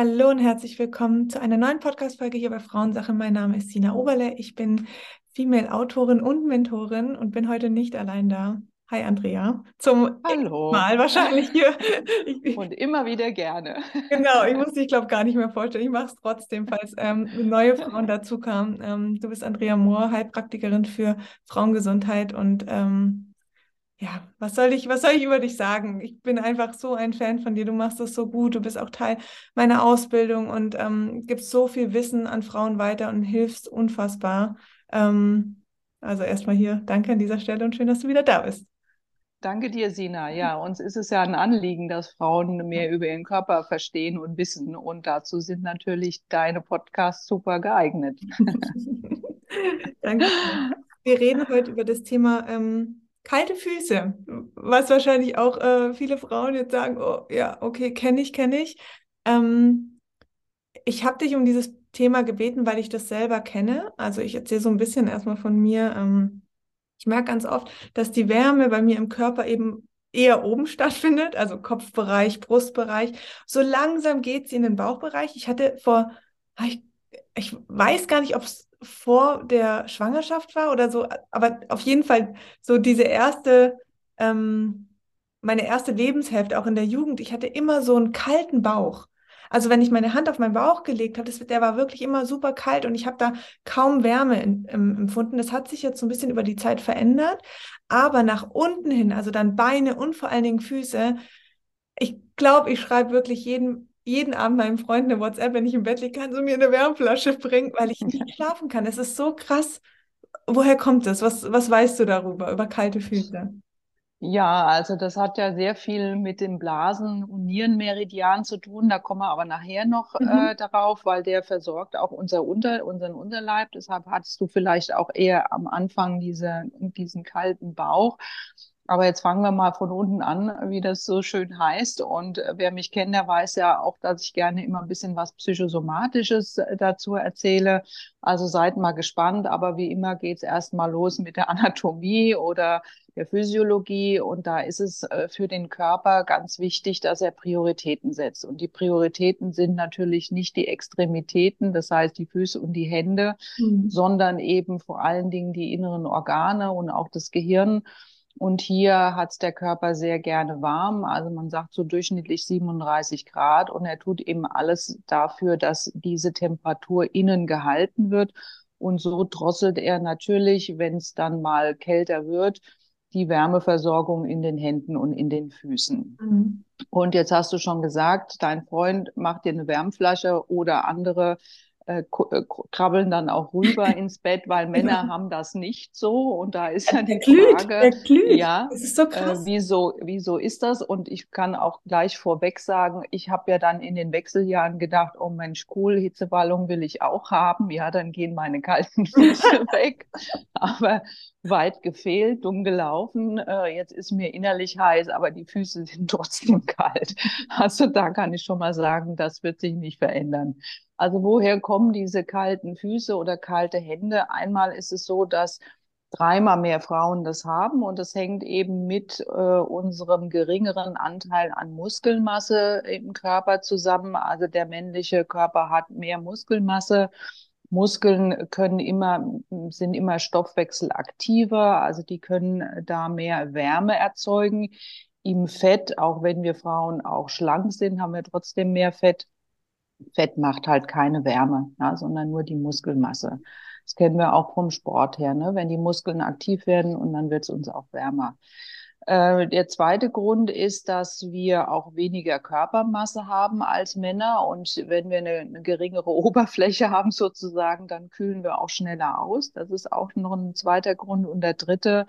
Hallo und herzlich willkommen zu einer neuen Podcast-Folge hier bei Frauensache. Mein Name ist Sina Oberle. Ich bin Female-Autorin und Mentorin und bin heute nicht allein da. Hi Andrea. Zum ersten Hallo Mal wahrscheinlich hier. und immer wieder gerne. Genau, ich muss dich, glaube gar nicht mehr vorstellen. Ich mache es trotzdem, falls neue Frauen dazukamen. Du bist Andrea Mohr, Heilpraktikerin für Frauengesundheit und ja, was soll ich über dich sagen? Ich bin einfach so ein Fan von dir. Du machst das so gut. Du bist auch Teil meiner Ausbildung und gibst so viel Wissen an Frauen weiter und hilfst unfassbar. Also erstmal hier, danke an dieser Stelle und schön, dass du wieder da bist. Danke dir, Sina. Ja, uns ist es ja ein Anliegen, dass Frauen Ja. mehr über ihren Körper verstehen und wissen. Und dazu sind natürlich deine Podcasts super geeignet. Danke. Wir reden heute über das Thema kalte Füße, was wahrscheinlich auch viele Frauen jetzt sagen, oh ja, okay, kenne ich. Ähm, Ich habe dich um dieses Thema gebeten, weil ich das selber kenne. Also ich erzähle so ein bisschen erstmal von mir. Ich merke ganz oft, dass die Wärme bei mir im Körper eben eher oben stattfindet, also Kopfbereich, Brustbereich. So langsam geht sie in den Bauchbereich. Ich, ich weiß gar nicht, ob es vor der Schwangerschaft war oder so, aber auf jeden Fall so ähm, meine erste Lebenshälfte, auch in der Jugend. Ich hatte immer so einen kalten Bauch. Also wenn ich meine Hand auf meinen Bauch gelegt habe, der war wirklich immer super kalt und ich habe da kaum Wärme empfunden. Das hat sich jetzt so ein bisschen über die Zeit verändert, aber nach unten hin, also dann Beine und vor allen Dingen Füße. Ich glaube, ich schreibe wirklich jeden Abend meinem Freund eine WhatsApp, wenn ich im Bett liege, kannst du mir eine Wärmflasche bringen, weil ich nicht schlafen kann. Es ist so krass. Woher kommt das? Was weißt du darüber, über kalte Füße? Ja, also das hat ja sehr viel mit dem Blasen- und Nierenmeridian zu tun. Da kommen wir aber nachher noch Mhm. darauf, weil der versorgt auch unseren Unterleib. Deshalb hattest du vielleicht auch eher am Anfang diesen kalten Bauch. Aber jetzt fangen wir mal von unten an, wie das so schön heißt. Und wer mich kennt, der weiß ja auch, dass ich gerne immer ein bisschen was Psychosomatisches dazu erzähle. Also seid mal gespannt. Aber wie immer geht's erst mal los mit der Anatomie oder der Physiologie. Und da ist es für den Körper ganz wichtig, dass er Prioritäten setzt. Und die Prioritäten sind natürlich nicht die Extremitäten, das heißt die Füße und die Hände, Mhm. sondern eben vor allen Dingen die inneren Organe und auch das Gehirn. Und hier hat's der Körper sehr gerne warm. Also man sagt so durchschnittlich 37 Grad. Und er tut eben alles dafür, dass diese Temperatur innen gehalten wird. Und so drosselt er natürlich, wenn es dann mal kälter wird, die Wärmeversorgung in den Händen und in den Füßen. Mhm. Und jetzt hast du schon gesagt, dein Freund macht dir eine Wärmflasche oder andere krabbeln dann auch rüber ins Bett, weil Männer haben das nicht so. Und da ist ja Der die glüht, Frage, der glüht. ja, Das ist so krass. wieso ist das? Und ich kann auch gleich vorweg sagen, ich habe ja dann in den Wechseljahren gedacht, oh Mensch, cool, Hitzewallung will ich auch haben. Ja, dann gehen meine kalten Füße weg. Aber weit gefehlt, dumm gelaufen. Jetzt ist mir innerlich heiß, aber die Füße sind trotzdem kalt. Also da kann ich schon mal sagen, das wird sich nicht verändern. Also woher kommen diese kalten Füße oder kalte Hände? Einmal ist es so, dass dreimal mehr Frauen das haben und das hängt eben mit unserem geringeren Anteil an Muskelmasse im Körper zusammen. Also der männliche Körper hat mehr Muskelmasse. Muskeln sind immer stoffwechselaktiver, also die können da mehr Wärme erzeugen. Im Fett, auch wenn wir Frauen auch schlank sind, haben wir trotzdem mehr Fett. Fett macht halt keine Wärme, ja, sondern nur die Muskelmasse. Das kennen wir auch vom Sport her, ne? Wenn die Muskeln aktiv werden und dann wird es uns auch wärmer. Der zweite Grund ist, dass wir auch weniger Körpermasse haben als Männer. Und wenn wir eine geringere Oberfläche haben sozusagen, dann kühlen wir auch schneller aus. Das ist auch noch ein zweiter Grund. Und der dritte,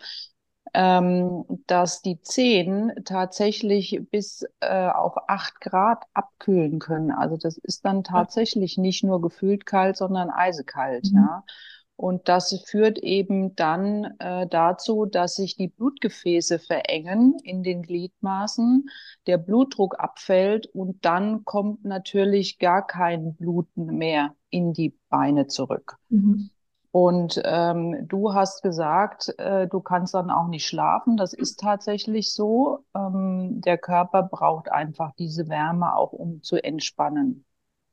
dass die Zehen tatsächlich bis auf 8 Grad abkühlen können. Also das ist dann tatsächlich nicht nur gefühlt kalt, sondern eisekalt, Mhm. ja. Und das führt eben dann dazu, dass sich die Blutgefäße verengen in den Gliedmaßen, der Blutdruck abfällt und dann kommt natürlich gar kein Bluten mehr in die Beine zurück. Mhm. Und du hast gesagt, du kannst dann auch nicht schlafen. Das ist tatsächlich so. Der Körper braucht einfach diese Wärme auch, um zu entspannen.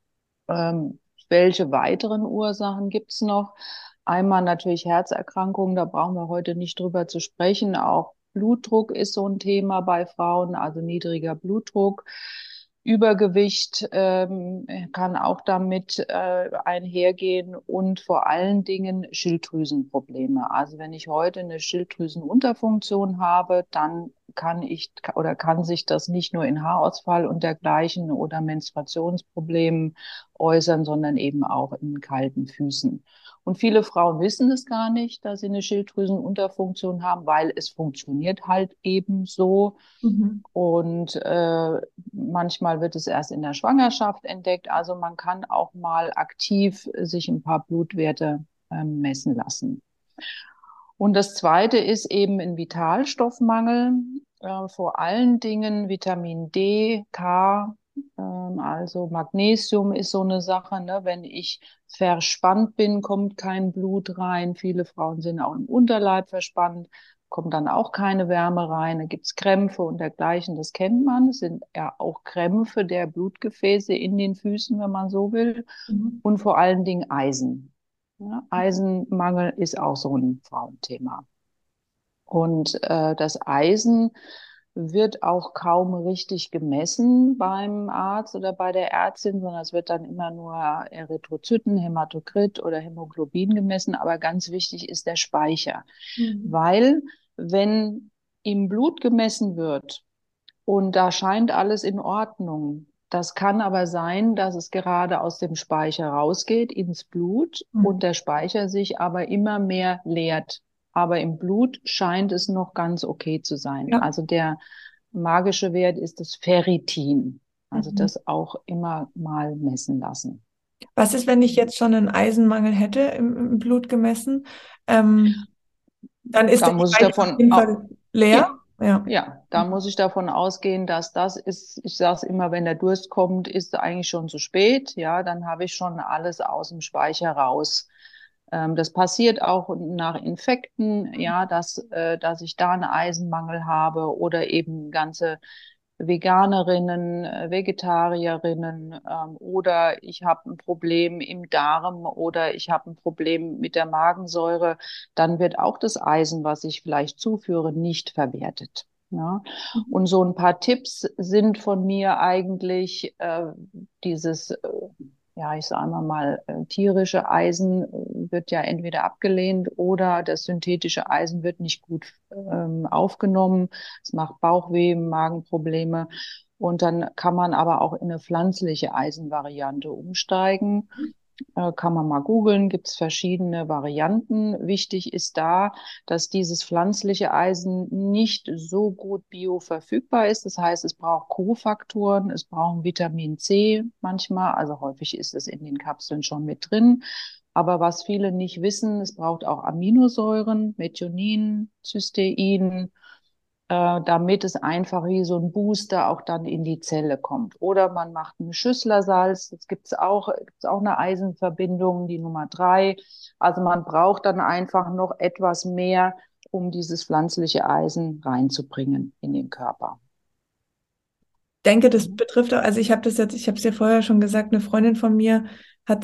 Welche weiteren Ursachen gibt's noch? Einmal natürlich Herzerkrankungen, da brauchen wir heute nicht drüber zu sprechen. Auch Blutdruck ist so ein Thema bei Frauen, also niedriger Blutdruck. Übergewicht kann auch damit einhergehen und vor allen Dingen Schilddrüsenprobleme. Also wenn ich heute eine Schilddrüsenunterfunktion habe, dann kann ich oder kann sich das nicht nur in Haarausfall und dergleichen oder Menstruationsproblemen äußern, sondern eben auch in kalten Füßen. Und viele Frauen wissen es gar nicht, dass sie eine Schilddrüsenunterfunktion haben, weil es funktioniert halt eben so. Mhm. Und manchmal wird es erst in der Schwangerschaft entdeckt. Also man kann auch mal aktiv sich ein paar Blutwerte messen lassen. Und das Zweite ist eben ein Vitalstoffmangel, vor allen Dingen Vitamin D, K, also Magnesium ist so eine Sache, ne? Wenn ich verspannt bin, kommt kein Blut rein. Viele Frauen sind auch im Unterleib verspannt, kommt dann auch keine Wärme rein. Da gibt's Krämpfe und dergleichen, das kennt man. Es sind ja auch Krämpfe der Blutgefäße in den Füßen, wenn man so will. Mhm. Und vor allen Dingen Eisen. Ja, Eisenmangel ist auch so ein Frauenthema. Und das Eisen wird auch kaum richtig gemessen beim Arzt oder bei der Ärztin, sondern es wird dann immer nur Erythrozyten, Hämatokrit oder Hämoglobin gemessen. Aber ganz wichtig ist der Speicher, Mhm. weil wenn im Blut gemessen wird und da scheint alles in Ordnung. Das kann aber sein, dass es gerade aus dem Speicher rausgeht ins Blut Mhm. und der Speicher sich aber immer mehr leert. Aber im Blut scheint es noch ganz okay zu sein. Ja. Also der magische Wert ist das Ferritin. Also Mhm. das auch immer mal messen lassen. Was ist, wenn ich jetzt schon einen Eisenmangel hätte im Blut gemessen? Ähm, Dann ist Da der muss ich Speicher auf davon, jeden Fall leer. ja, Ja. ja, da muss ich davon ausgehen, dass das ist, ich sage es immer, wenn der Durst kommt, ist eigentlich schon zu spät. Ja, dann habe ich schon alles aus dem Speicher raus. Das passiert auch nach Infekten, ja, dass ich da einen Eisenmangel habe oder eben ganze Veganerinnen, Vegetarierinnen oder ich habe ein Problem im Darm oder ich habe ein Problem mit der Magensäure, dann wird auch das Eisen, was ich vielleicht zuführe, nicht verwertet. Ja. Mhm. Und so ein paar Tipps sind von mir eigentlich dieses ja, ich sage mal, tierische Eisen wird ja entweder abgelehnt oder das synthetische Eisen wird nicht gut aufgenommen. Es macht Bauchweh, Magenprobleme. Und dann kann man aber auch in eine pflanzliche Eisenvariante umsteigen. Kann man mal googeln, gibt es verschiedene Varianten. Wichtig ist da, dass dieses pflanzliche Eisen nicht so gut bioverfügbar ist. Das heißt, es braucht Kofaktoren, es braucht Vitamin C manchmal, also häufig ist es in den Kapseln schon mit drin. Aber was viele nicht wissen, es braucht auch Aminosäuren, Methionin, Cystein, damit es einfach wie so ein Booster auch dann in die Zelle kommt. Oder man macht ein Schüsslersalz, das gibt's auch eine Eisenverbindung, die Nummer 3. Also man braucht dann einfach noch etwas mehr, um dieses pflanzliche Eisen reinzubringen in den Körper. Denke, das Mhm. betrifft auch, also ich habe es ja vorher schon gesagt, eine Freundin von mir hat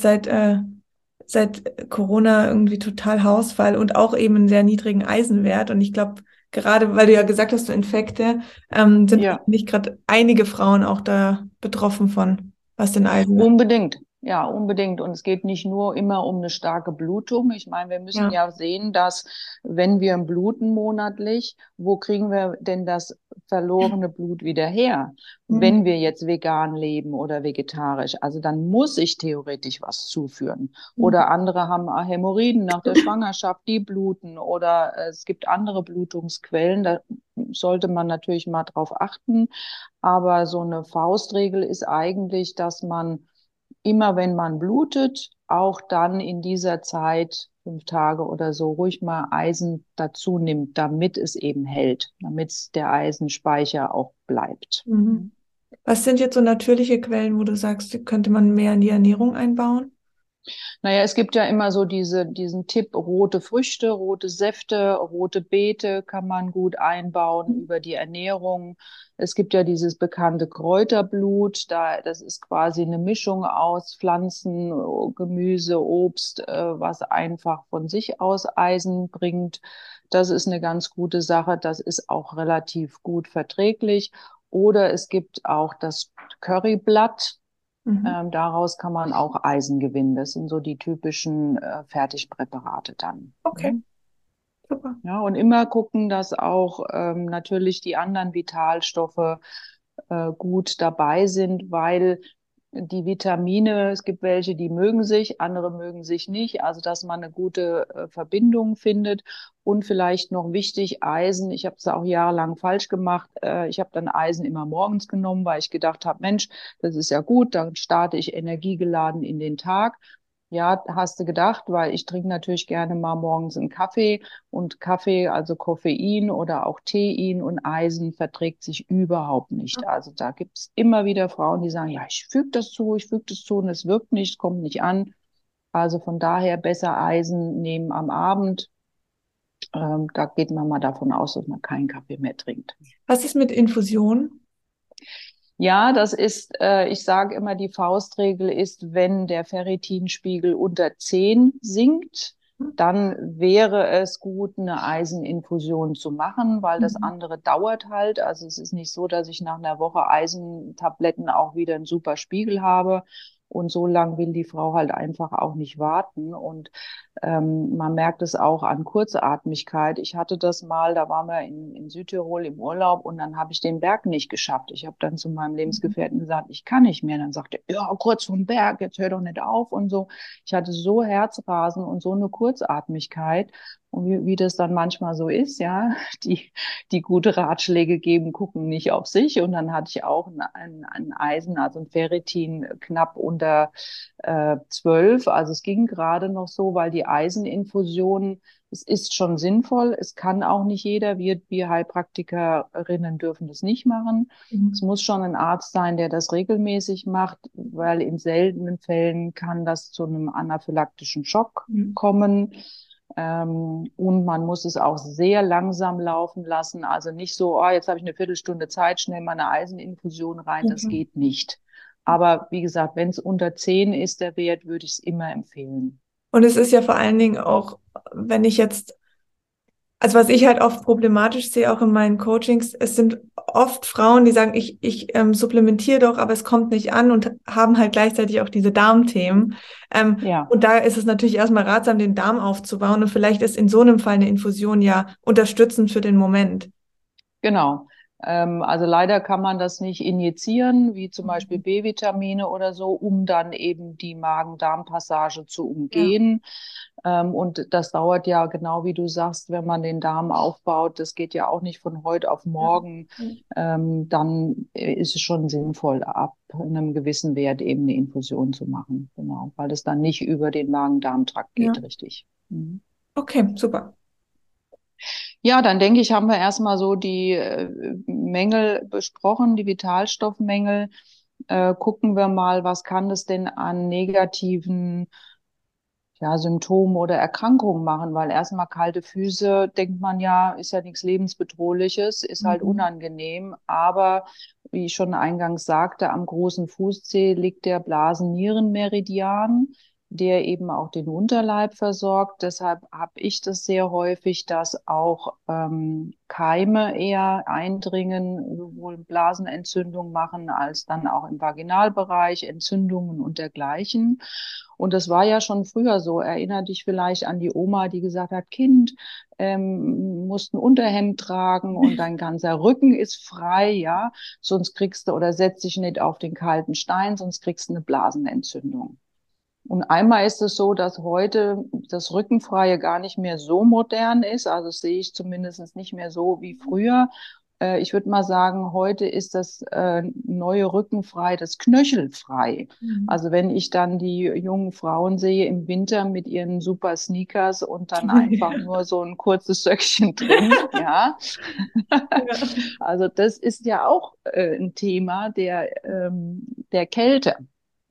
seit Corona irgendwie total Haarausfall und auch eben einen sehr niedrigen Eisenwert. Und ich glaube, gerade weil du ja gesagt hast, so Infekte, sind Ja. wahrscheinlich gerade einige Frauen auch da betroffen von, was den Eisenwert. Unbedingt, ja, unbedingt. Und es geht nicht nur immer um eine starke Blutung. Ich meine, wir müssen Ja. ja sehen, dass wenn wir bluten monatlich, wo kriegen wir denn das verlorene Blut wieder her? Wenn Mhm. wir jetzt vegan leben oder vegetarisch. Also dann muss ich theoretisch was zuführen. Oder andere haben Hämorrhoiden nach der Schwangerschaft, die bluten. Oder es gibt andere Blutungsquellen. Da sollte man natürlich mal drauf achten. Aber so eine Faustregel ist eigentlich, dass man immer, wenn man blutet, auch dann in dieser Zeit, 5 Tage oder so, ruhig mal Eisen dazu nimmt, damit es eben hält, damit der Eisenspeicher auch bleibt. Mhm. Was sind jetzt so natürliche Quellen, wo du sagst, die könnte man mehr in die Ernährung einbauen? Naja, es gibt ja immer so diesen Tipp, rote Früchte, rote Säfte, rote Beete kann man gut einbauen über die Ernährung. Es gibt ja dieses bekannte Kräuterblut, das ist quasi eine Mischung aus Pflanzen, Gemüse, Obst, was einfach von sich aus Eisen bringt. Das ist eine ganz gute Sache. Das ist auch relativ gut verträglich. Oder es gibt auch das Curryblatt. Mhm. Daraus kann man auch Eisen gewinnen. Das sind so die typischen Fertigpräparate dann. Okay, Ne? super. Ja, und immer gucken, dass auch natürlich die anderen Vitalstoffe gut dabei sind, weil die Vitamine, es gibt welche, die mögen sich, andere mögen sich nicht. Also, dass man eine gute Verbindung findet. Und vielleicht noch wichtig, Eisen. Ich habe es auch jahrelang falsch gemacht. Ich habe dann Eisen immer morgens genommen, weil ich gedacht habe, Mensch, das ist ja gut, dann starte ich energiegeladen in den Tag. Ja, hast du gedacht, weil ich trinke natürlich gerne mal morgens einen Kaffee und Kaffee, also Koffein oder auch Tein und Eisen verträgt sich überhaupt nicht. Also da gibt's immer wieder Frauen, die sagen, ja, ich füge das zu und es wirkt nicht, es kommt nicht an. Also von daher besser Eisen nehmen am Abend. Da geht man mal davon aus, dass man keinen Kaffee mehr trinkt. Was ist mit Infusion? Ja, das ist, ich sage immer, die Faustregel ist, wenn der Ferritinspiegel unter 10 sinkt, dann wäre es gut, eine Eiseninfusion zu machen, weil das Mhm. andere dauert halt. Also es ist nicht so, dass ich nach einer Woche Eisentabletten auch wieder einen super Spiegel habe. Und so lang will die Frau halt einfach auch nicht warten. Und man merkt es auch an Kurzatmigkeit. Ich hatte das mal, da waren wir in Südtirol im Urlaub und dann habe ich den Berg nicht geschafft. Ich habe dann zu meinem Lebensgefährten gesagt, ich kann nicht mehr. Dann sagte er, ja, kurz vom Berg, jetzt hör doch nicht auf und so. Ich hatte so Herzrasen und so eine Kurzatmigkeit. Und wie das dann manchmal so ist, ja, die gute Ratschläge geben, gucken nicht auf sich. Und dann hatte ich auch ein Eisen, also ein Ferritin knapp unter 12. Also es ging gerade noch so, weil die Eiseninfusion, es ist schon sinnvoll. Es kann auch nicht jeder. Wir Heilpraktikerinnen dürfen das nicht machen. Es Mhm. muss schon ein Arzt sein, der das regelmäßig macht, weil in seltenen Fällen kann das zu einem anaphylaktischen Schock Mhm. kommen. Und man muss es auch sehr langsam laufen lassen. Also nicht so, oh, jetzt habe ich eine Viertelstunde Zeit, schnell mal eine Eiseninfusion rein. Das Okay. geht nicht. Aber wie gesagt, wenn es unter 10 ist, der Wert, würde ich es immer empfehlen. Und es ist ja vor allen Dingen auch, wenn ich jetzt, also was ich halt oft problematisch sehe, auch in meinen Coachings, es sind oft Frauen, die sagen, ich supplementiere doch, aber es kommt nicht an und haben halt gleichzeitig auch diese Darmthemen. Ja. Und da ist es natürlich erstmal ratsam, den Darm aufzubauen. Und vielleicht ist in so einem Fall eine Infusion ja unterstützend für den Moment. Genau. Also leider kann man das nicht injizieren, wie zum Beispiel Mhm. B-Vitamine oder so, um dann eben die Magen-Darm-Passage zu Ja. umgehen. Und das dauert ja genau wie du sagst, wenn man den Darm aufbaut, das geht ja auch nicht von heute auf Ja. morgen. Dann ist es schon sinnvoll, ab einem gewissen Wert eben eine Infusion zu machen. Genau, weil es dann nicht über den Magen-Darm-Trakt Ja. geht, richtig. Mhm. Okay, super. Ja, dann denke ich, haben wir erstmal so die Mängel besprochen, die Vitalstoffmängel. Gucken wir mal, was kann es denn an negativen ja, Symptomen oder Erkrankungen machen, weil erstmal kalte Füße, denkt man ja, ist ja nichts Lebensbedrohliches, ist halt Mhm. unangenehm. Aber wie ich schon eingangs sagte, am großen Fußzeh liegt der Blasen-Nieren-Meridian, der eben auch den Unterleib versorgt. Deshalb habe ich das sehr häufig, dass auch Keime eher eindringen, sowohl Blasenentzündung machen, als dann auch im Vaginalbereich Entzündungen und dergleichen. Und das war ja schon früher so. Erinner dich vielleicht an die Oma, die gesagt hat, Kind, musst ein Unterhemd tragen und dein ganzer Rücken ist frei, ja, sonst kriegst du oder setz dich nicht auf den kalten Stein, sonst kriegst du eine Blasenentzündung. Und einmal ist es so, dass heute das Rückenfreie gar nicht mehr so modern ist. Also das sehe ich zumindest nicht mehr so wie früher. Ich würde mal sagen, heute ist das neue Rückenfrei, das Knöchelfrei. Mhm. Also wenn ich dann die jungen Frauen sehe im Winter mit ihren super Sneakers und dann einfach nur so ein kurzes Söckchen drin, ja. Ja. Also das ist ja auch ein Thema der Kälte.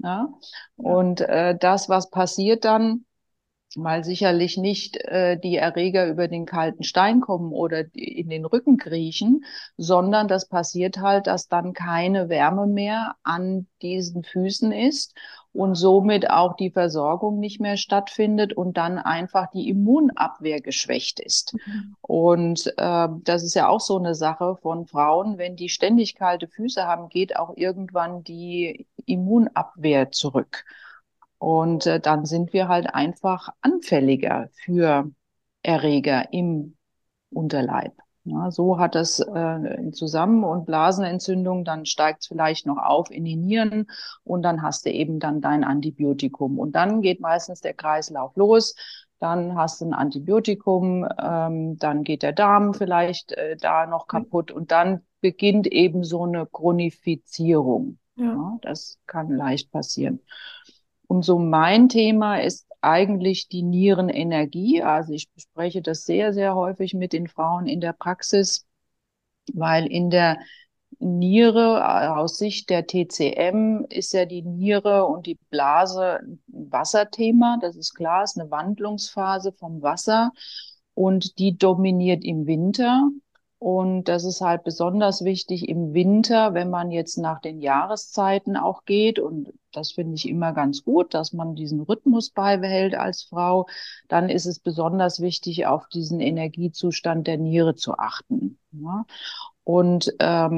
Ja? Ja. Und das, was passiert dann, weil sicherlich nicht die Erreger über den kalten Stein kommen oder in den Rücken kriechen, sondern das passiert halt, dass dann keine Wärme mehr an diesen Füßen ist und somit auch die Versorgung nicht mehr stattfindet und dann einfach die Immunabwehr geschwächt ist. Mhm. Und das ist ja auch so eine Sache von Frauen, wenn die ständig kalte Füße haben, geht auch irgendwann die Immunabwehr zurück. Und dann sind wir halt einfach anfälliger für Erreger im Unterleib. Ja, so hat es Zusammen- und Blasenentzündung, dann steigt es vielleicht noch auf in die Nieren und dann hast du eben dann dein Antibiotikum. Und dann geht meistens der Kreislauf los. Dann hast du ein Antibiotikum, dann geht der Darm vielleicht da noch kaputt und dann beginnt eben so eine Chronifizierung. Ja. Ja, das kann leicht passieren. Und so mein Thema ist eigentlich die Nierenenergie. Also ich bespreche das sehr, sehr häufig mit den Frauen in der Praxis, weil in der Niere, aus Sicht der TCM, ist ja die Niere und die Blase ein Wasserthema. Das ist klar, ist eine Wandlungsphase vom Wasser und die dominiert im Winter. Und das ist halt besonders wichtig im Winter, wenn man jetzt nach den Jahreszeiten auch geht. Und das finde ich immer ganz gut, dass man diesen Rhythmus beibehält als Frau. Dann ist es besonders wichtig, auf diesen Energiezustand der Niere zu achten. Ja? Und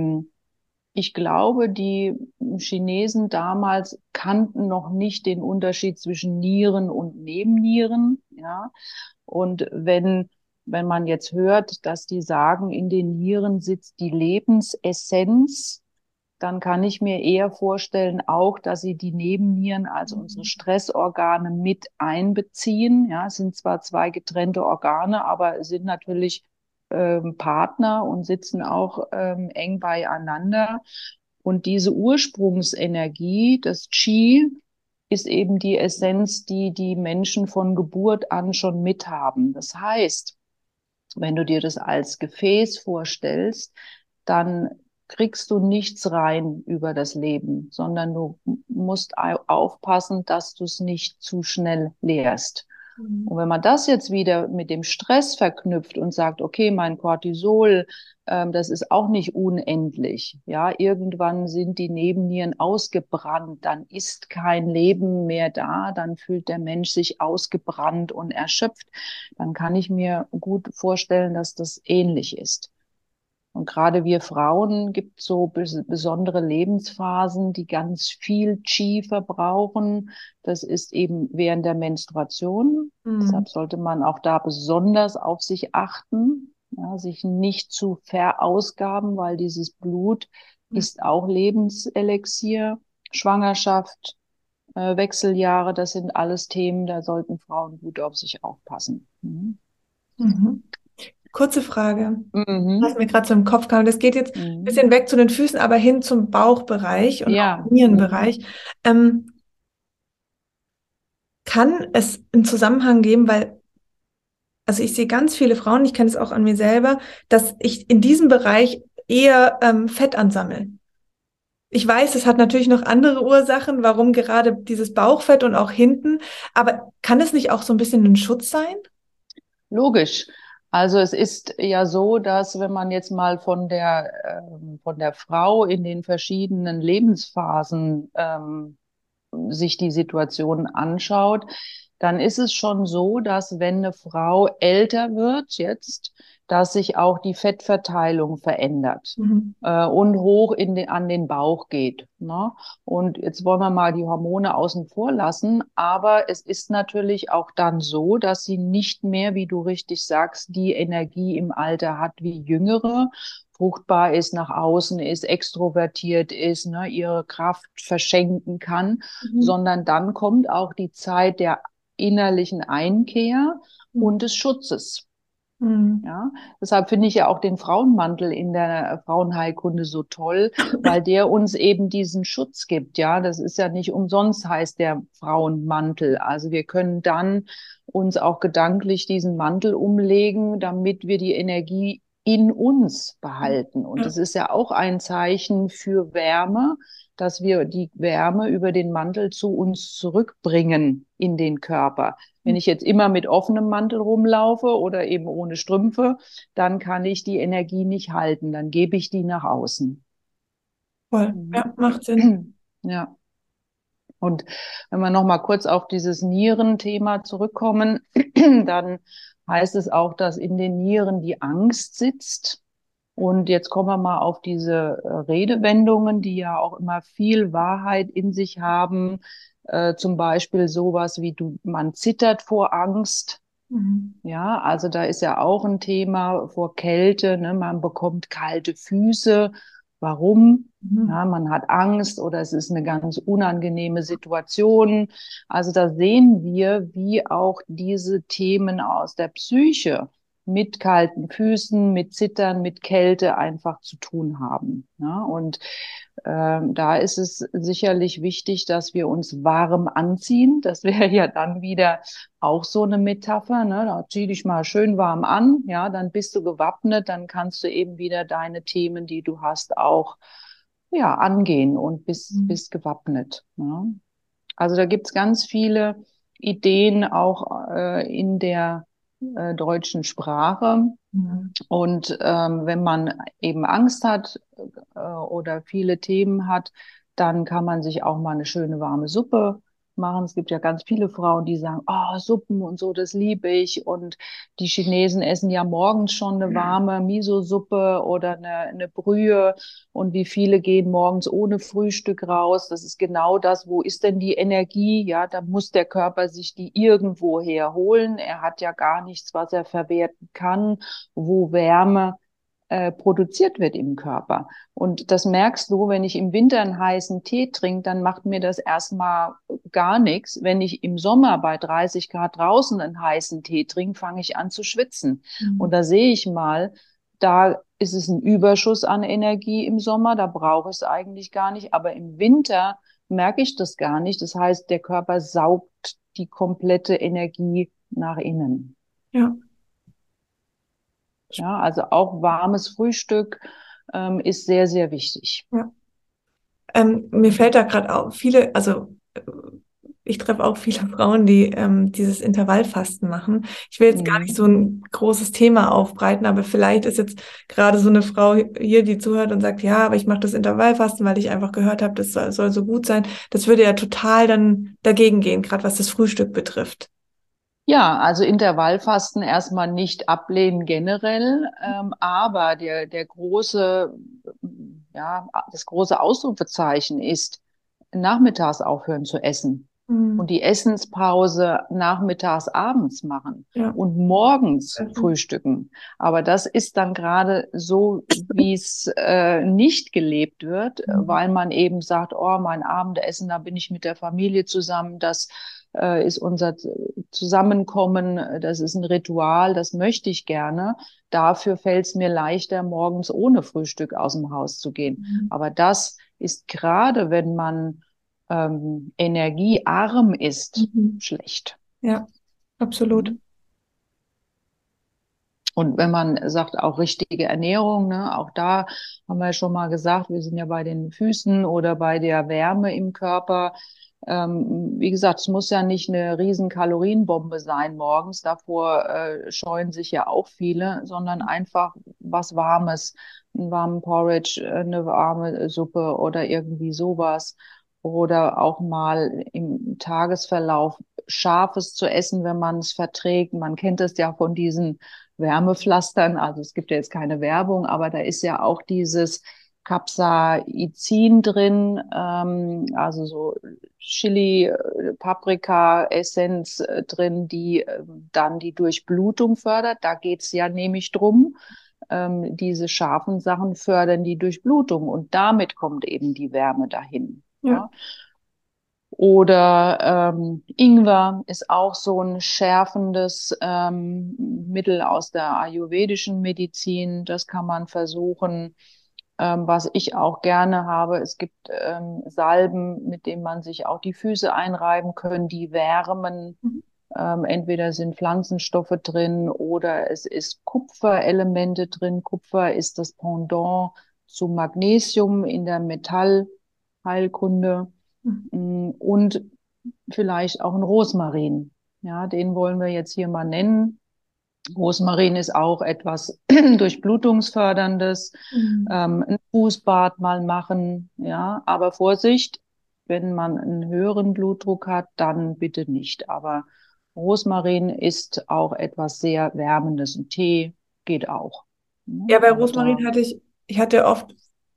ich glaube, die Chinesen damals kannten noch nicht den Unterschied zwischen Nieren und Nebennieren. Ja? Und wenn man jetzt hört, dass die sagen, in den Nieren sitzt die Lebensessenz, dann kann ich mir eher vorstellen, auch, dass sie die Nebennieren, also unsere Stressorgane, mit einbeziehen. Ja, es sind zwar zwei getrennte Organe, aber es sind natürlich Partner und sitzen auch eng beieinander. Und diese Ursprungsenergie, das Qi, ist eben die Essenz, die die Menschen von Geburt an schon mithaben. Das heißt, wenn du dir das als Gefäß vorstellst, dann kriegst du nichts rein über das Leben, sondern du musst aufpassen, dass du es nicht zu schnell leerst. Mhm. Und wenn man das jetzt wieder mit dem Stress verknüpft und sagt, okay, mein Cortisol, das ist auch nicht unendlich. Ja, irgendwann sind die Nebennieren ausgebrannt, dann ist kein Leben mehr da, dann fühlt der Mensch sich ausgebrannt und erschöpft. Dann kann ich mir gut vorstellen, dass das ähnlich ist. Und gerade wir Frauen gibt so besondere Lebensphasen, die ganz viel Qi verbrauchen. Das ist eben während der Menstruation. Mhm. Deshalb sollte man auch da besonders auf sich achten, ja, sich nicht zu verausgaben, weil dieses Blut ist auch Lebenselixier. Schwangerschaft, Wechseljahre, das sind alles Themen, da sollten Frauen gut auf sich aufpassen. Mhm. Mhm. Kurze Frage, was Mhm. mir gerade so im Kopf kam. Das geht jetzt ein Mhm. bisschen weg zu den Füßen, aber hin zum Bauchbereich und auch Ja. Mhm. Nierenbereich. Ähm, Kann es einen Zusammenhang geben, weil, also ich sehe ganz viele Frauen, ich kenne es auch an mir selber, dass ich in diesem Bereich eher Fett ansammle. Ich weiß, es hat natürlich noch andere Ursachen, warum gerade dieses Bauchfett und auch hinten, aber kann es nicht auch so ein bisschen ein Schutz sein? Logisch. Also es ist ja so, dass wenn man jetzt mal von der Frau in den verschiedenen Lebensphasen sich die Situation anschaut, dann ist es schon so, dass wenn eine Frau älter wird jetzt, dass sich auch die Fettverteilung verändert Mhm. und hoch an den Bauch geht. Ne? Und jetzt wollen wir mal die Hormone außen vor lassen, aber es ist natürlich auch dann so, dass sie nicht mehr, wie du richtig sagst, die Energie im Alter hat wie Jüngere, fruchtbar ist, nach außen ist, extrovertiert ist, ne, ihre Kraft verschenken kann, Mhm. sondern dann kommt auch die Zeit der innerlichen Einkehr und des Schutzes. Mhm. Ja, deshalb finde ich ja auch den Frauenmantel in der Frauenheilkunde so toll, weil der uns eben diesen Schutz gibt. Ja, das ist ja nicht umsonst heißt der Frauenmantel. Also wir können dann uns auch gedanklich diesen Mantel umlegen, damit wir die Energie in uns behalten. Und Ja. das ist ja auch ein Zeichen für Wärme, dass wir die Wärme über den Mantel zu uns zurückbringen in den Körper. Wenn ich jetzt immer mit offenem Mantel rumlaufe oder eben ohne Strümpfe, dann kann ich die Energie nicht halten, dann gebe ich die nach außen. Voll. Ja, macht Sinn. Ja. Und wenn wir noch mal kurz auf dieses Nierenthema zurückkommen, dann heißt es auch, dass in den Nieren die Angst sitzt. Und jetzt kommen wir mal auf diese Redewendungen, die ja auch immer viel Wahrheit in sich haben. Zum Beispiel sowas wie man zittert vor Angst. Mhm. Ja, also da ist ja auch ein Thema vor Kälte, ne? Man bekommt kalte Füße. Warum? Mhm. Ja, man hat Angst oder es ist eine ganz unangenehme Situation. Also da sehen wir, wie auch diese Themen aus der Psyche mit kalten Füßen, mit Zittern, mit Kälte einfach zu tun haben. Ja, und da ist es sicherlich wichtig, dass wir uns warm anziehen. Das wäre ja dann wieder auch so eine Metapher, ne? Da zieh dich mal schön warm an, ja, dann bist du gewappnet, dann kannst du eben wieder deine Themen, die du hast, auch ja, angehen und Mhm. bist gewappnet. Ne? Also da gibt's ganz viele Ideen auch in der deutschen Sprache. Mhm. Und wenn man eben Angst hat oder viele Themen hat, dann kann man sich auch mal eine schöne warme Suppe machen. Es gibt ja ganz viele Frauen, die sagen, oh, Suppen und so, das liebe ich. Und die Chinesen essen ja morgens schon eine warme Miso-Suppe oder eine Brühe. Und wie viele gehen morgens ohne Frühstück raus? Das ist genau das. Wo ist denn die Energie? Ja, da muss der Körper sich die irgendwo herholen. Er hat ja gar nichts, was er verwerten kann, wo Wärme produziert wird im Körper. Und das merkst du, wenn ich im Winter einen heißen Tee trinke, dann macht mir das erstmal gar nichts. Wenn ich im Sommer bei 30 Grad draußen einen heißen Tee trinke, fange ich an zu schwitzen. Und Mhm. da sehe ich mal, da ist es ein Überschuss an Energie im Sommer, da brauche ich es eigentlich gar nicht. Aber im Winter merke ich das gar nicht. Das heißt, der Körper saugt die komplette Energie nach innen. Ja. Ja, also auch warmes Frühstück ist sehr, sehr wichtig. Ja. Mir fällt da gerade auf, ich treffe auch viele Frauen, die dieses Intervallfasten machen. Ich will jetzt gar nicht Mhm. so ein großes Thema aufbreiten, aber vielleicht ist jetzt gerade so eine Frau hier, die zuhört und sagt, ja, aber ich mache das Intervallfasten, weil ich einfach gehört habe, soll so gut sein. Das würde ja total dann dagegen gehen, gerade was das Frühstück betrifft. Ja, also Intervallfasten erstmal nicht ablehnen generell, aber der große, ja, das große Ausrufezeichen ist, nachmittags aufhören zu essen Mhm. und die Essenspause nachmittags, abends machen Ja. und morgens Also, frühstücken. Aber das ist dann gerade so, wie es nicht gelebt wird, mhm. weil man eben sagt, oh, mein Abendessen, da bin ich mit der Familie zusammen, das ist unser Zusammenkommen, das ist ein Ritual, das möchte ich gerne. Dafür fällt es mir leichter, morgens ohne Frühstück aus dem Haus zu gehen. Mhm. Aber das ist gerade, wenn man energiearm ist, Mhm. schlecht. Ja, absolut. Mhm. Und wenn man sagt, auch richtige Ernährung, ne, auch da haben wir ja schon mal gesagt, wir sind ja bei den Füßen oder bei der Wärme im Körper. Wie gesagt, es muss ja nicht eine riesen Kalorienbombe sein morgens, davor scheuen sich ja auch viele, sondern einfach was Warmes, einen warmen Porridge, eine warme Suppe oder irgendwie sowas. Oder auch mal im Tagesverlauf Scharfes zu essen, wenn man es verträgt. Man kennt es ja von diesen Wärmepflastern. Also es gibt ja jetzt keine Werbung, aber da ist ja auch dieses Capsaicin drin, also so Chili, Paprika, Essenz drin, die dann die Durchblutung fördert. Da geht's ja nämlich drum. Diese scharfen Sachen fördern die Durchblutung und damit kommt eben die Wärme dahin. Ja. Ja? Oder Ingwer ist auch so ein schärfendes Mittel aus der ayurvedischen Medizin. Das kann man versuchen. Was ich auch gerne habe, es gibt Salben, mit denen man sich auch die Füße einreiben können, die wärmen. Entweder sind Pflanzenstoffe drin oder es ist Kupferelemente drin. Kupfer ist das Pendant zu Magnesium in der Metallheilkunde. Und vielleicht auch ein Rosmarin. Ja, den wollen wir jetzt hier mal nennen. Rosmarin ist auch etwas Durchblutungsförderndes. Mhm. Ein Fußbad mal machen, ja, aber Vorsicht, wenn man einen höheren Blutdruck hat, dann bitte nicht. Aber Rosmarin ist auch etwas sehr Wärmendes. Ein Tee geht auch. Ne? Ja, bei Also Rosmarin da. ich hatte oft,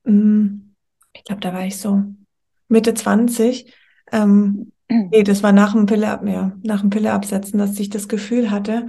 ich glaube, da war ich so Mitte 20. Nee, das war nach dem ja, nach dem Pille absetzen, dass ich das Gefühl hatte,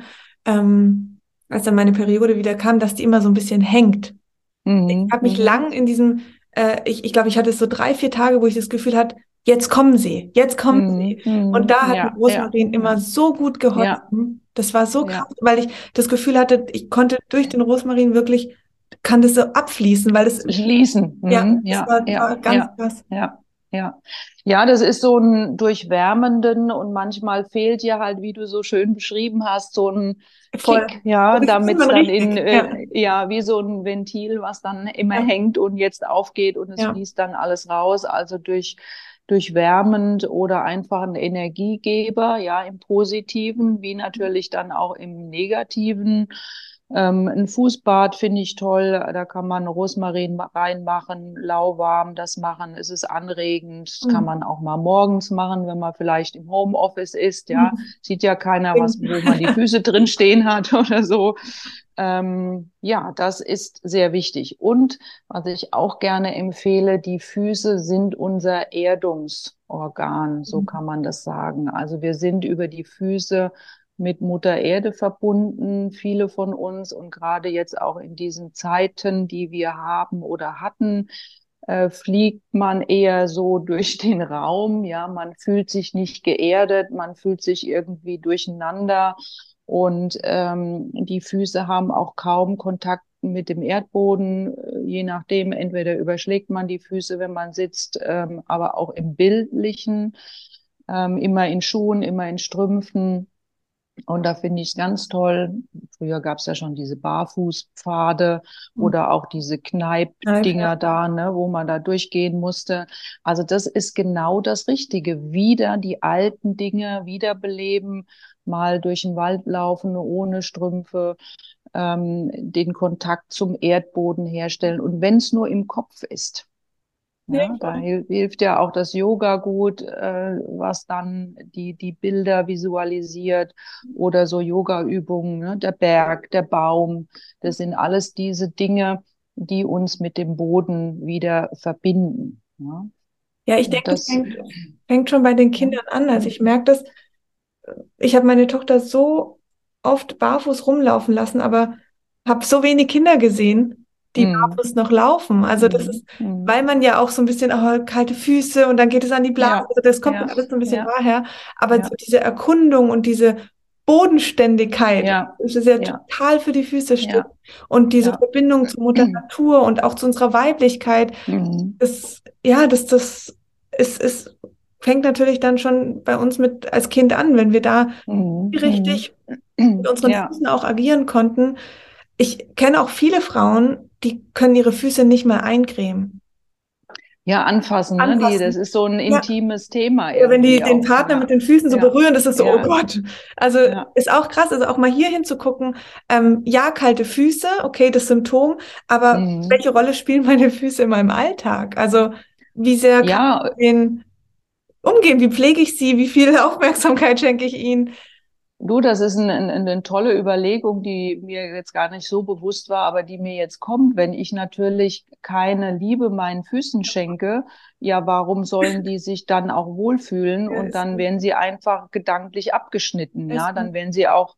als dann meine Periode wieder kam, dass die immer so ein bisschen hängt. Ich Mhm, habe mich mhm, lang in diesem, ich glaube, ich hatte so 3, 4 Tage, wo ich das Gefühl hatte, jetzt kommen sie, jetzt kommen mhm, sie. Und mhm, da hat mir ja, ja, Rosmarin immer ja, so gut ja, geholfen. Das war so krass, ja. weil ich das Gefühl hatte, ich konnte durch den Rosmarin wirklich, kann das so abfließen, weil das, Schließen. ja, Mhm. das Ja, war ja, ganz ja, krass. ja, ja. Ja, das ist so ein durchwärmenden und manchmal fehlt dir halt, wie du so schön beschrieben hast, so ein Voll. Kick, ja, Das ist damit es man dann in, richtig. Ja, ja, wie so ein Ventil, was dann immer ja, hängt und jetzt aufgeht und es ja. fließt dann alles raus. Also durchwärmend oder einfach ein Energiegeber, ja, im Positiven, wie natürlich dann auch im Negativen. Ein Fußbad finde ich toll. Da kann man Rosmarin reinmachen, lauwarm das machen. Es ist anregend. Das kann Mhm. man auch mal morgens machen, wenn man vielleicht im Homeoffice ist. Ja, Mhm. sieht ja keiner, wo man die Füße drin stehen hat oder so. Ja, das ist sehr wichtig. Und was ich auch gerne empfehle, die Füße sind unser Erdungsorgan, so kann man das sagen. Also wir sind über die Füße mit Mutter Erde verbunden, viele von uns und gerade jetzt auch in diesen Zeiten, die wir haben oder hatten, fliegt man eher so durch den Raum, ja, man fühlt sich nicht geerdet, man fühlt sich irgendwie durcheinander und die Füße haben auch kaum Kontakt mit dem Erdboden, je nachdem, entweder überschlägt man die Füße, wenn man sitzt, aber auch im Bildlichen, immer in Schuhen, immer in Strümpfen. Und da finde ich es ganz toll. Früher gab es ja schon diese Barfußpfade oder auch diese Kneif, ja. Kneipdinger da, ne, wo man da durchgehen musste. Also das ist genau das Richtige. Wieder die alten Dinge wiederbeleben, mal durch den Wald laufen ohne Strümpfe, den Kontakt zum Erdboden herstellen. Und wenn es nur im Kopf ist. Nee, Ja, da hilft ja auch das Yoga gut, was dann die Bilder visualisiert oder so Yoga-Übungen, ne? Der Berg, der Baum, das sind alles diese Dinge, die uns mit dem Boden wieder verbinden. Ja? ja, ich Und denke, das, fängt schon bei den ja. Kindern an. Also ich merke das, ich habe meine Tochter so oft barfuß rumlaufen lassen, aber habe so wenig Kinder gesehen, die Mm, barfuß noch laufen. Also das mm, ist, mm. weil man ja auch so ein bisschen, oh, kalte Füße und dann geht es an die Blase. Ja, Also das kommt ja ja, alles so ein bisschen ja, daher. Aber so ja, diese Erkundung und diese Bodenständigkeit, ja, das ist ja ja, total für die Füße steht. ja, Und diese ja. Verbindung zur Mutter Natur und auch zu unserer Weiblichkeit, Mm, ja, das ist, fängt natürlich dann schon bei uns mit als Kind an, wenn wir da mm, mm. richtig mit unseren Ja. Füßen auch agieren konnten. Ich kenne auch viele Frauen, die können ihre Füße nicht mal eincremen. Ja, anfassen, ne? Das Anfassen. ist so ein Ja. intimes Thema Oder wenn die irgendwie den auch. Partner mit Ja, den Füßen so ja, berühren, das ist so, oh ja, Gott. Also ja. ist auch krass, also auch mal hier hinzugucken, ja, kalte Füße, okay, das Symptom, aber Mhm. welche Rolle spielen meine Füße in meinem Alltag? Also wie sehr kann ich Ja, mit denen umgehen? Wie pflege ich sie? Wie viel Aufmerksamkeit schenke ich ihnen? du, das ist eine tolle Überlegung, die mir jetzt gar nicht so bewusst war, aber die mir jetzt kommt, wenn ich natürlich keine Liebe meinen Füßen schenke, ja, warum sollen die sich dann auch wohlfühlen? Ja, Und dann werden sie einfach gedanklich abgeschnitten, ja, ist dann werden sie auch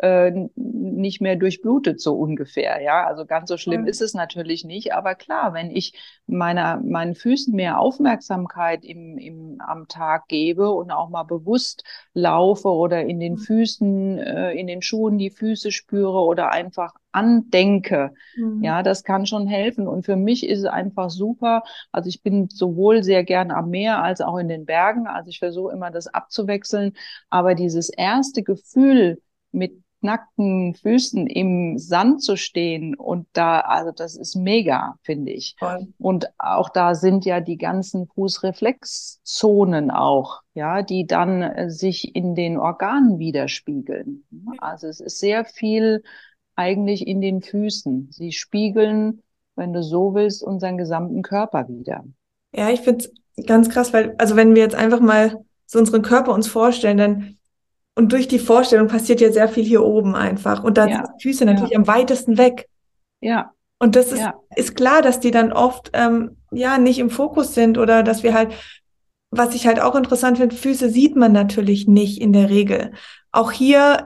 nicht mehr durchblutet, so ungefähr, ja. Also ganz so schlimm voll. ist es natürlich nicht, aber klar, wenn ich meinen Füßen mehr Aufmerksamkeit am Tag gebe und auch mal bewusst laufe oder in den Füßen, in den Schuhen die Füße spüre oder einfach andenke. Mhm. Ja, das kann schon helfen. Und für mich ist es einfach super. Also ich bin sowohl sehr gern am Meer als auch in den Bergen. Also ich versuche immer das abzuwechseln. Aber dieses erste Gefühl, mit nackten Füßen im Sand zu stehen und da, also das ist mega, finde ich. Voll. Und auch da sind ja die ganzen Fußreflexzonen auch, ja, die dann sich in den Organen widerspiegeln. Also es ist sehr viel eigentlich in den Füßen. Sie spiegeln, wenn du so willst, unseren gesamten Körper wider. Ja, ich finde es ganz krass, weil, also wenn wir jetzt einfach mal so unseren Körper uns vorstellen, dann, und durch die Vorstellung passiert ja sehr viel hier oben einfach. Und da sind Ja, die Füße ja, natürlich am weitesten weg. ja, Und das ja. ist klar, dass die dann oft ja nicht im Fokus sind oder dass wir halt, was ich halt auch interessant finde, Füße sieht man natürlich nicht in der Regel. Auch hier,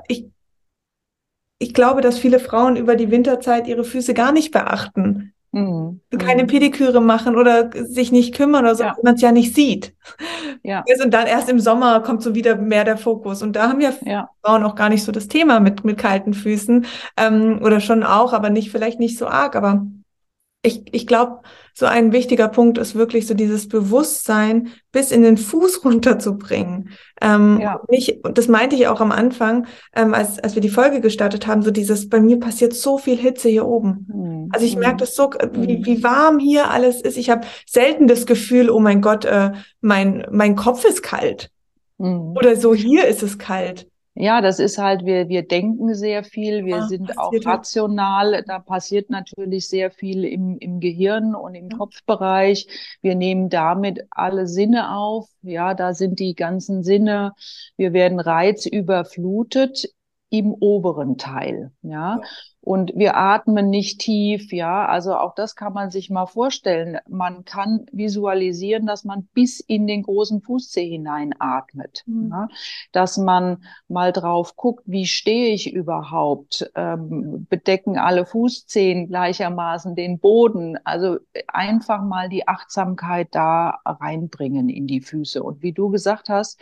ich glaube, dass viele Frauen über die Winterzeit ihre Füße gar nicht beachten. Mhm. Keine Mhm. Pediküre machen oder sich nicht kümmern oder so, weil Ja, man es ja nicht sieht. ja, Und dann erst im Sommer kommt so wieder mehr der Fokus. Und da haben ja ja, Frauen auch gar nicht so das Thema mit kalten Füßen. Oder schon auch, aber nicht, vielleicht nicht so arg. Aber ich glaube, so ein wichtiger Punkt ist wirklich so dieses Bewusstsein bis in den Fuß runterzubringen. ja. Und das meinte ich auch am Anfang, als wir die Folge gestartet haben, so dieses, bei mir passiert so viel Hitze hier oben. Mhm. Also ich merke Mhm. das so, Mhm. wie warm hier alles ist. Ich habe selten das Gefühl, oh mein Gott, mein Kopf ist kalt. Mhm. Oder so, hier ist es kalt. Ja, das ist halt, wir denken sehr viel, wir Ja, sind auch passiert halt. rational, da passiert natürlich sehr viel im Gehirn und im Ja. Kopfbereich. Wir nehmen damit alle Sinne auf, ja, da sind die ganzen Sinne. Wir werden reizüberflutet im oberen Teil, ja. Und wir atmen nicht tief, ja. Also auch das kann man sich mal vorstellen. Man kann visualisieren, dass man bis in den großen Fußzeh hineinatmet, Mhm. ja? Dass man mal drauf guckt, wie stehe ich überhaupt? Bedecken alle Fußzehen gleichermaßen den Boden? Also einfach mal die Achtsamkeit da reinbringen in die Füße. Und wie du gesagt hast,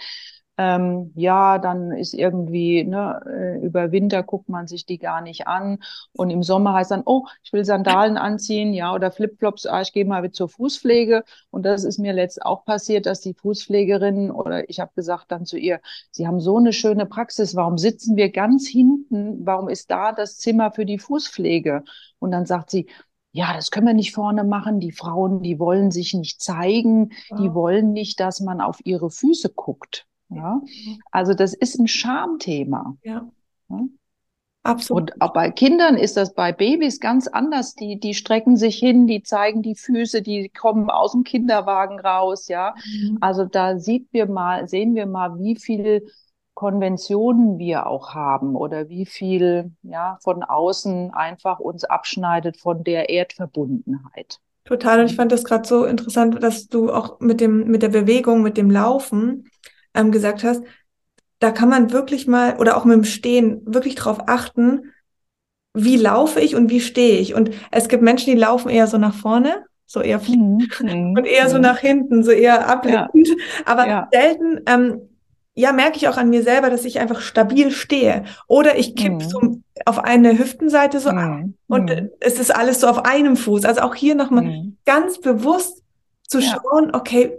ja, dann ist irgendwie, ne, über Winter guckt man sich die gar nicht an. Und im Sommer heißt dann, oh, ich will Sandalen anziehen, ja, oder Flipflops, ah, ich gehe mal zur Fußpflege. Und das ist mir letzt auch passiert, dass die Fußpflegerin oder ich habe gesagt dann zu ihr, Sie haben so eine schöne Praxis. Warum sitzen wir ganz hinten? Warum ist da das Zimmer für die Fußpflege? Und dann sagt sie, ja, das können wir nicht vorne machen. Die Frauen, die wollen sich nicht zeigen. Die Wow. wollen nicht, dass man auf ihre Füße guckt. Ja, also das ist ein Schamthema. Ja, Ja? absolut. Und auch bei Kindern ist das bei Babys ganz anders. Die strecken sich hin, die zeigen die Füße, die kommen aus dem Kinderwagen raus, ja. Mhm. Also da sehen wir mal, wie viel Konventionen wir auch haben oder wie viel, ja, von außen einfach uns abschneidet von der Erdverbundenheit. Total. Und ich fand das gerade so interessant, dass du auch mit der Bewegung, mit dem Laufen gesagt hast, da kann man wirklich mal, oder auch mit dem Stehen, wirklich drauf achten, wie laufe ich und wie stehe ich. Und es gibt Menschen, die laufen eher so nach vorne, so eher fliegen, Mhm. und Mhm. eher so nach Mhm. hinten, so eher Ja, ablenkend. Aber ja. selten, ja, merke ich auch an mir selber, dass ich einfach stabil stehe. Oder ich kipp Mhm. so auf eine Hüftenseite so ab Mhm. und Mhm. es ist alles so auf einem Fuß. Also auch hier nochmal Mhm. ganz bewusst zu Ja. schauen, okay,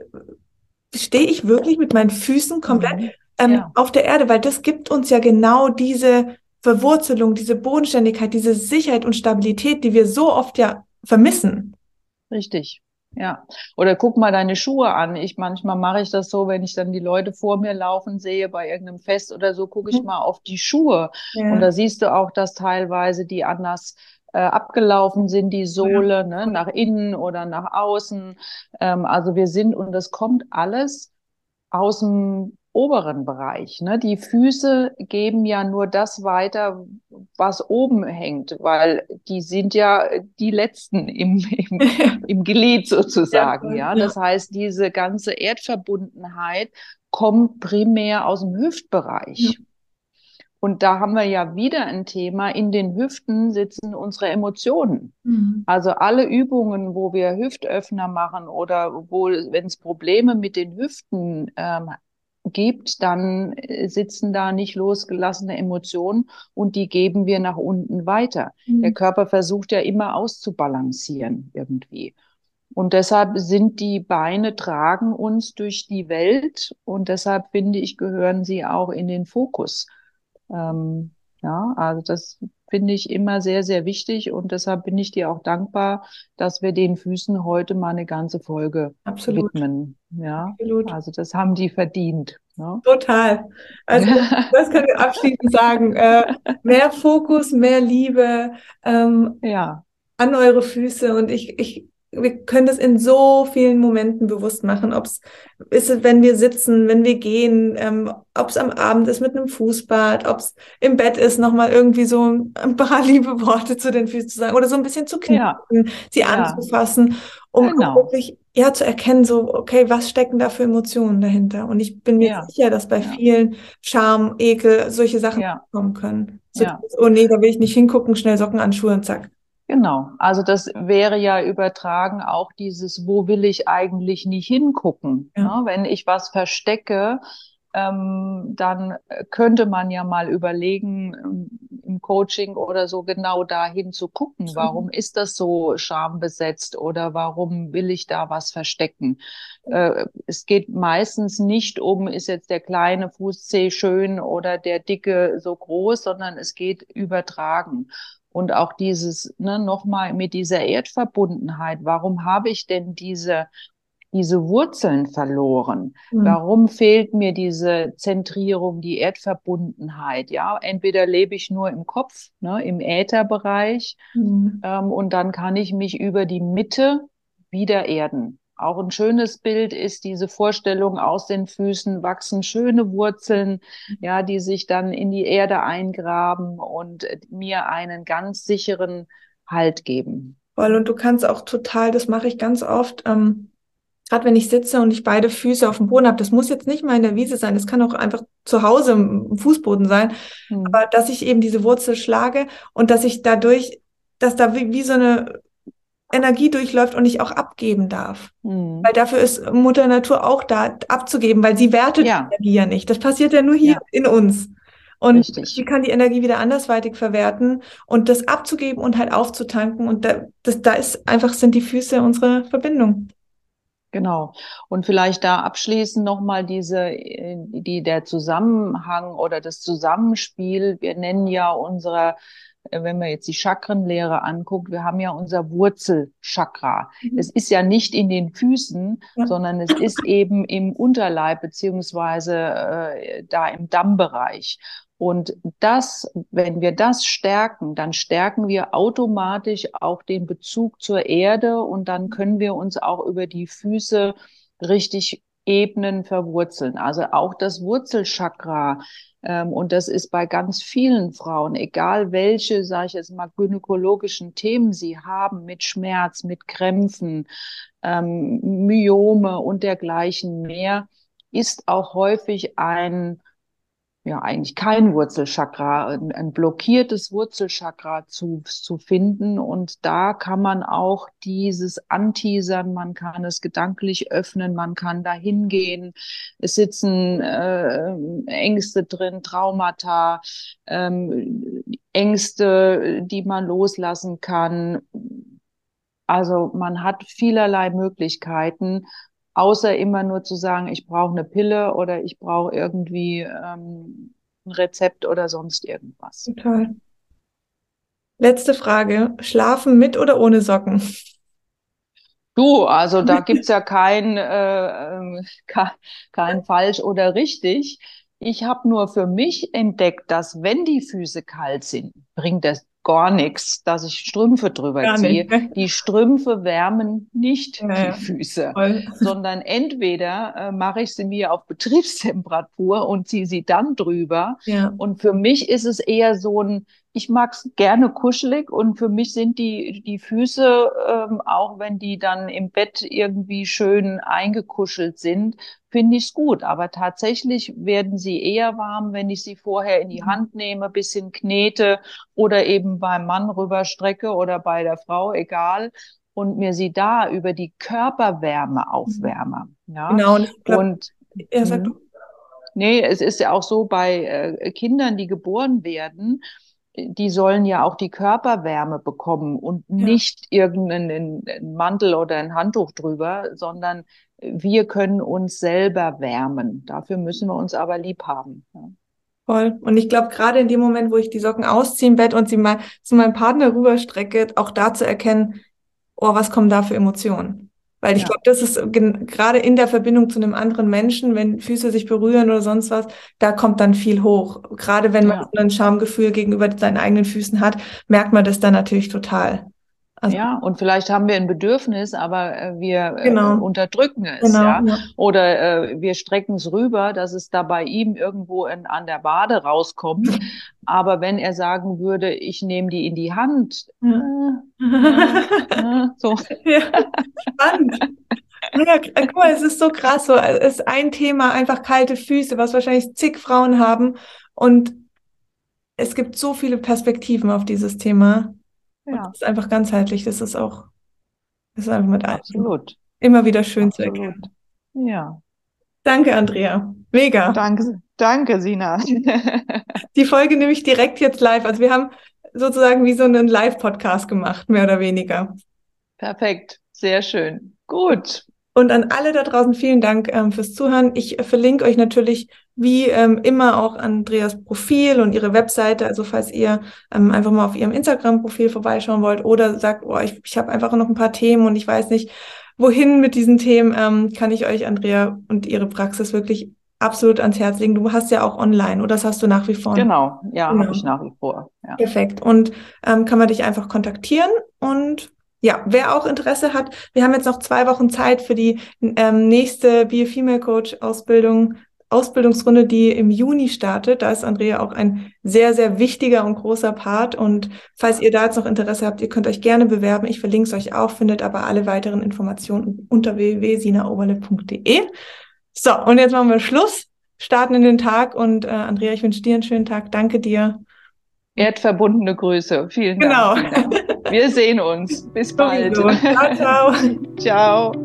stehe ich wirklich mit meinen Füßen komplett Mhm. Ja. auf der Erde, weil das gibt uns ja genau diese Verwurzelung, diese Bodenständigkeit, diese Sicherheit und Stabilität, die wir so oft ja vermissen. Richtig. Ja. Oder guck mal deine Schuhe an. Manchmal mache ich das so, wenn ich dann die Leute vor mir laufen sehe bei irgendeinem Fest oder so, gucke ich Mhm. mal auf die Schuhe. Und Ja, da siehst du auch, dass teilweise die anders abgelaufen sind, die ja, Sohle, ne, nach innen oder nach außen. Also wir sind, und das kommt alles aus dem oberen Bereich. Ne? Die Füße geben ja nur das weiter, was oben hängt, weil die sind ja die Letzten im Glied ja, sozusagen. voll. Ja, Ja. das heißt, diese ganze Erdverbundenheit kommt primär aus dem Ja. Hüftbereich. Und da haben wir ja wieder ein Thema. In den Hüften sitzen unsere Emotionen. Mhm. Also alle Übungen, wo wir Hüftöffner machen oder wo, wenn es Probleme mit den Hüften gibt, dann sitzen da nicht losgelassene Emotionen und die geben wir nach unten weiter. Der Mhm. Körper versucht ja immer auszubalancieren irgendwie. Und deshalb sind die Beine tragen uns durch die Welt und deshalb finde ich, gehören sie auch in den Fokus. Ähm, ja, also das finde ich immer sehr, sehr wichtig und deshalb bin ich dir auch dankbar, dass wir den Füßen heute mal eine ganze Folge Absolut, widmen. Ja, absolut. also das haben die verdient. Ne? Total. Also, was können wir abschließend sagen? Mehr Fokus, mehr Liebe, Ja, an eure Füße und wir können das in so vielen Momenten bewusst machen, ob es ist, wenn wir sitzen, wenn wir gehen, ob es am Abend ist mit einem Fußbad, ob es im Bett ist, nochmal irgendwie so ein paar liebe Worte zu den Füßen zu sagen oder so ein bisschen zu ja, kneten, sie ja, anzufassen, um auch genau. wirklich, ja, zu erkennen, so, okay, was stecken da für Emotionen dahinter? Und ich bin mir Ja, sicher, dass bei ja, vielen Scham, Ekel, solche Sachen ja, kommen können. So, ja. oh nee, da will ich nicht hingucken, schnell Socken an, Schuhe und zack. Genau. Also das wäre ja übertragen auch dieses, wo will ich eigentlich nicht hingucken? Ja. Ne? Wenn ich was verstecke, dann könnte man ja mal überlegen, im Coaching oder so genau dahin zu gucken. Warum ist das so schambesetzt oder warum will ich da was verstecken? Es geht meistens nicht um, ist jetzt der kleine Fußzeh schön oder der dicke so groß, sondern es geht übertragen. Und auch dieses, ne, nochmal mit dieser Erdverbundenheit. Warum habe ich denn diese Wurzeln verloren? Mhm. Warum fehlt mir diese Zentrierung, die Erdverbundenheit? Ja, entweder lebe ich nur im Kopf, ne, im Ätherbereich, Mhm. und dann kann ich mich über die Mitte wieder erden. Auch ein schönes Bild ist diese Vorstellung, aus den Füßen wachsen schöne Wurzeln, ja, die sich dann in die Erde eingraben und mir einen ganz sicheren Halt geben. Voll. Und du kannst auch total, das mache ich ganz oft, gerade wenn ich sitze und ich beide Füße auf dem Boden habe, das muss jetzt nicht mal in der Wiese sein, das kann auch einfach zu Hause im Fußboden sein, Hm. aber dass ich eben diese Wurzel schlage und dass ich dadurch, dass da wie so eine Energie durchläuft und ich auch abgeben darf. Hm. Weil dafür ist Mutter Natur auch da, abzugeben, weil sie wertet die Ja, Energie ja nicht. Das passiert ja nur hier ja, in uns. Und sie richtig. kann die Energie wieder andersweitig verwerten und das abzugeben und halt aufzutanken. Und da ist einfach, sind die Füße unsere Verbindung. Genau. Und vielleicht da abschließend nochmal der Zusammenhang oder das Zusammenspiel. Wir nennen ja wenn man jetzt die Chakrenlehre anguckt, wir haben ja unser Wurzelchakra. Es Mhm. ist ja nicht in den Füßen, Ja, sondern es ist eben im Unterleib beziehungsweise da im Dammbereich. Und wenn wir das stärken, dann stärken wir automatisch auch den Bezug zur Erde und dann können wir uns auch über die Füße richtig ebnen, verwurzeln. Also auch das Wurzelchakra. Und das ist bei ganz vielen Frauen, egal welche, sage ich jetzt mal, gynäkologischen Themen sie haben, mit Schmerz, mit Krämpfen, Myome und dergleichen mehr, ist auch häufig ja, eigentlich kein Wurzelchakra, ein blockiertes Wurzelchakra zu finden. Und da kann man auch dieses anteasern, man kann es gedanklich öffnen, man kann da hingehen. Es sitzen Ängste drin, Traumata, Ängste, die man loslassen kann. Also man hat vielerlei Möglichkeiten, außer immer nur zu sagen, ich brauche eine Pille oder ich brauche irgendwie ein Rezept oder sonst irgendwas. total. Letzte Frage. Schlafen mit oder ohne Socken? Du, also da gibt's ja kein falsch oder richtig. Ich habe nur für mich entdeckt, dass wenn die Füße kalt sind, bringt das gar nichts, dass ich Strümpfe drüber Gar nicht, ziehe. ne? Die Strümpfe wärmen nicht Ja, die ja, Füße, voll. sondern entweder mache ich sie mir auf Betriebstemperatur und ziehe sie dann drüber. Ja. Und für mich ist es eher so ich mag's gerne kuschelig und für mich sind die Füße, auch wenn die dann im Bett irgendwie schön eingekuschelt sind, finde ich's gut. Aber tatsächlich werden sie eher warm, wenn ich sie vorher in die Hand nehme, bisschen knete oder eben beim Mann rüberstrecke oder bei der Frau, egal. Und mir sie da über die Körperwärme aufwärme. Ja. Genau, und ich glaube, Und ja, sag hm, du. Nee, es ist ja auch so bei Kindern, die geboren werden, die sollen ja auch die Körperwärme bekommen und Ja, nicht irgendeinen Mantel oder ein Handtuch drüber, sondern wir können uns selber wärmen. Dafür müssen wir uns aber lieb haben. Ja. voll. Und ich glaube, gerade in dem Moment, wo ich die Socken ausziehe im Bett und sie mal zu meinem Partner rüberstrecke, auch da zu erkennen, oh, was kommen da für Emotionen? Weil ich Ja, glaube, das ist gerade in der Verbindung zu einem anderen Menschen, wenn Füße sich berühren oder sonst was, da kommt dann viel hoch. Gerade wenn man ja. so ein Schamgefühl gegenüber seinen eigenen Füßen hat, merkt man das dann natürlich total. Also, Ja, und vielleicht haben wir ein Bedürfnis, aber wir genau, unterdrücken es, genau, ja. ja. Oder wir strecken es rüber, dass es da bei ihm irgendwo an der Wade rauskommt. Aber wenn er sagen würde, ich nehme die in die Hand, Ja. so. Ja, spannend. Ja, guck mal, es ist so krass. So, es ist ein Thema, einfach kalte Füße, was wahrscheinlich zig Frauen haben. Und es gibt so viele Perspektiven auf dieses Thema. Und es Ja, ist einfach ganzheitlich. Das ist einfach mit allem absolut, immer wieder schön zu absolut. erkennen. Ja, Danke, Andrea. Mega. danke, danke, Sina. Die Folge nehme ich direkt jetzt live. Also wir haben sozusagen wie so einen Live-Podcast gemacht, mehr oder weniger. Perfekt, sehr schön. Gut, Und an alle da draußen vielen Dank fürs Zuhören. Ich verlinke euch natürlich wie immer auch Andreas Profil und ihre Webseite. Also falls ihr einfach mal auf ihrem Instagram-Profil vorbeischauen wollt oder sagt, oh, ich habe einfach noch ein paar Themen und ich weiß nicht, wohin mit diesen Themen, kann ich euch Andrea und ihre Praxis wirklich absolut ans Herz legen. Du hast ja auch online oder das hast du nach wie vor. genau, ja, habe Genau. ich nach wie vor. Ja. Perfekt. Und kann man dich einfach kontaktieren. Und ja, wer auch Interesse hat, wir haben jetzt noch 2 Wochen Zeit für die nächste Be a Female Coach Ausbildungsrunde, die im Juni startet. Da ist Andrea auch ein sehr, sehr wichtiger und großer Part. Und falls ihr da jetzt noch Interesse habt, ihr könnt euch gerne bewerben. Ich verlinke es euch auch, findet aber alle weiteren Informationen unter www.sinaoberle.de. So, und jetzt machen wir Schluss, starten in den Tag. Und Andrea, ich wünsche dir einen schönen Tag. Danke dir. Erdverbundene Grüße. Vielen Dank, Genau. Sina. Wir sehen uns. Bis bald. Sowieso. Ciao, ciao. Ciao.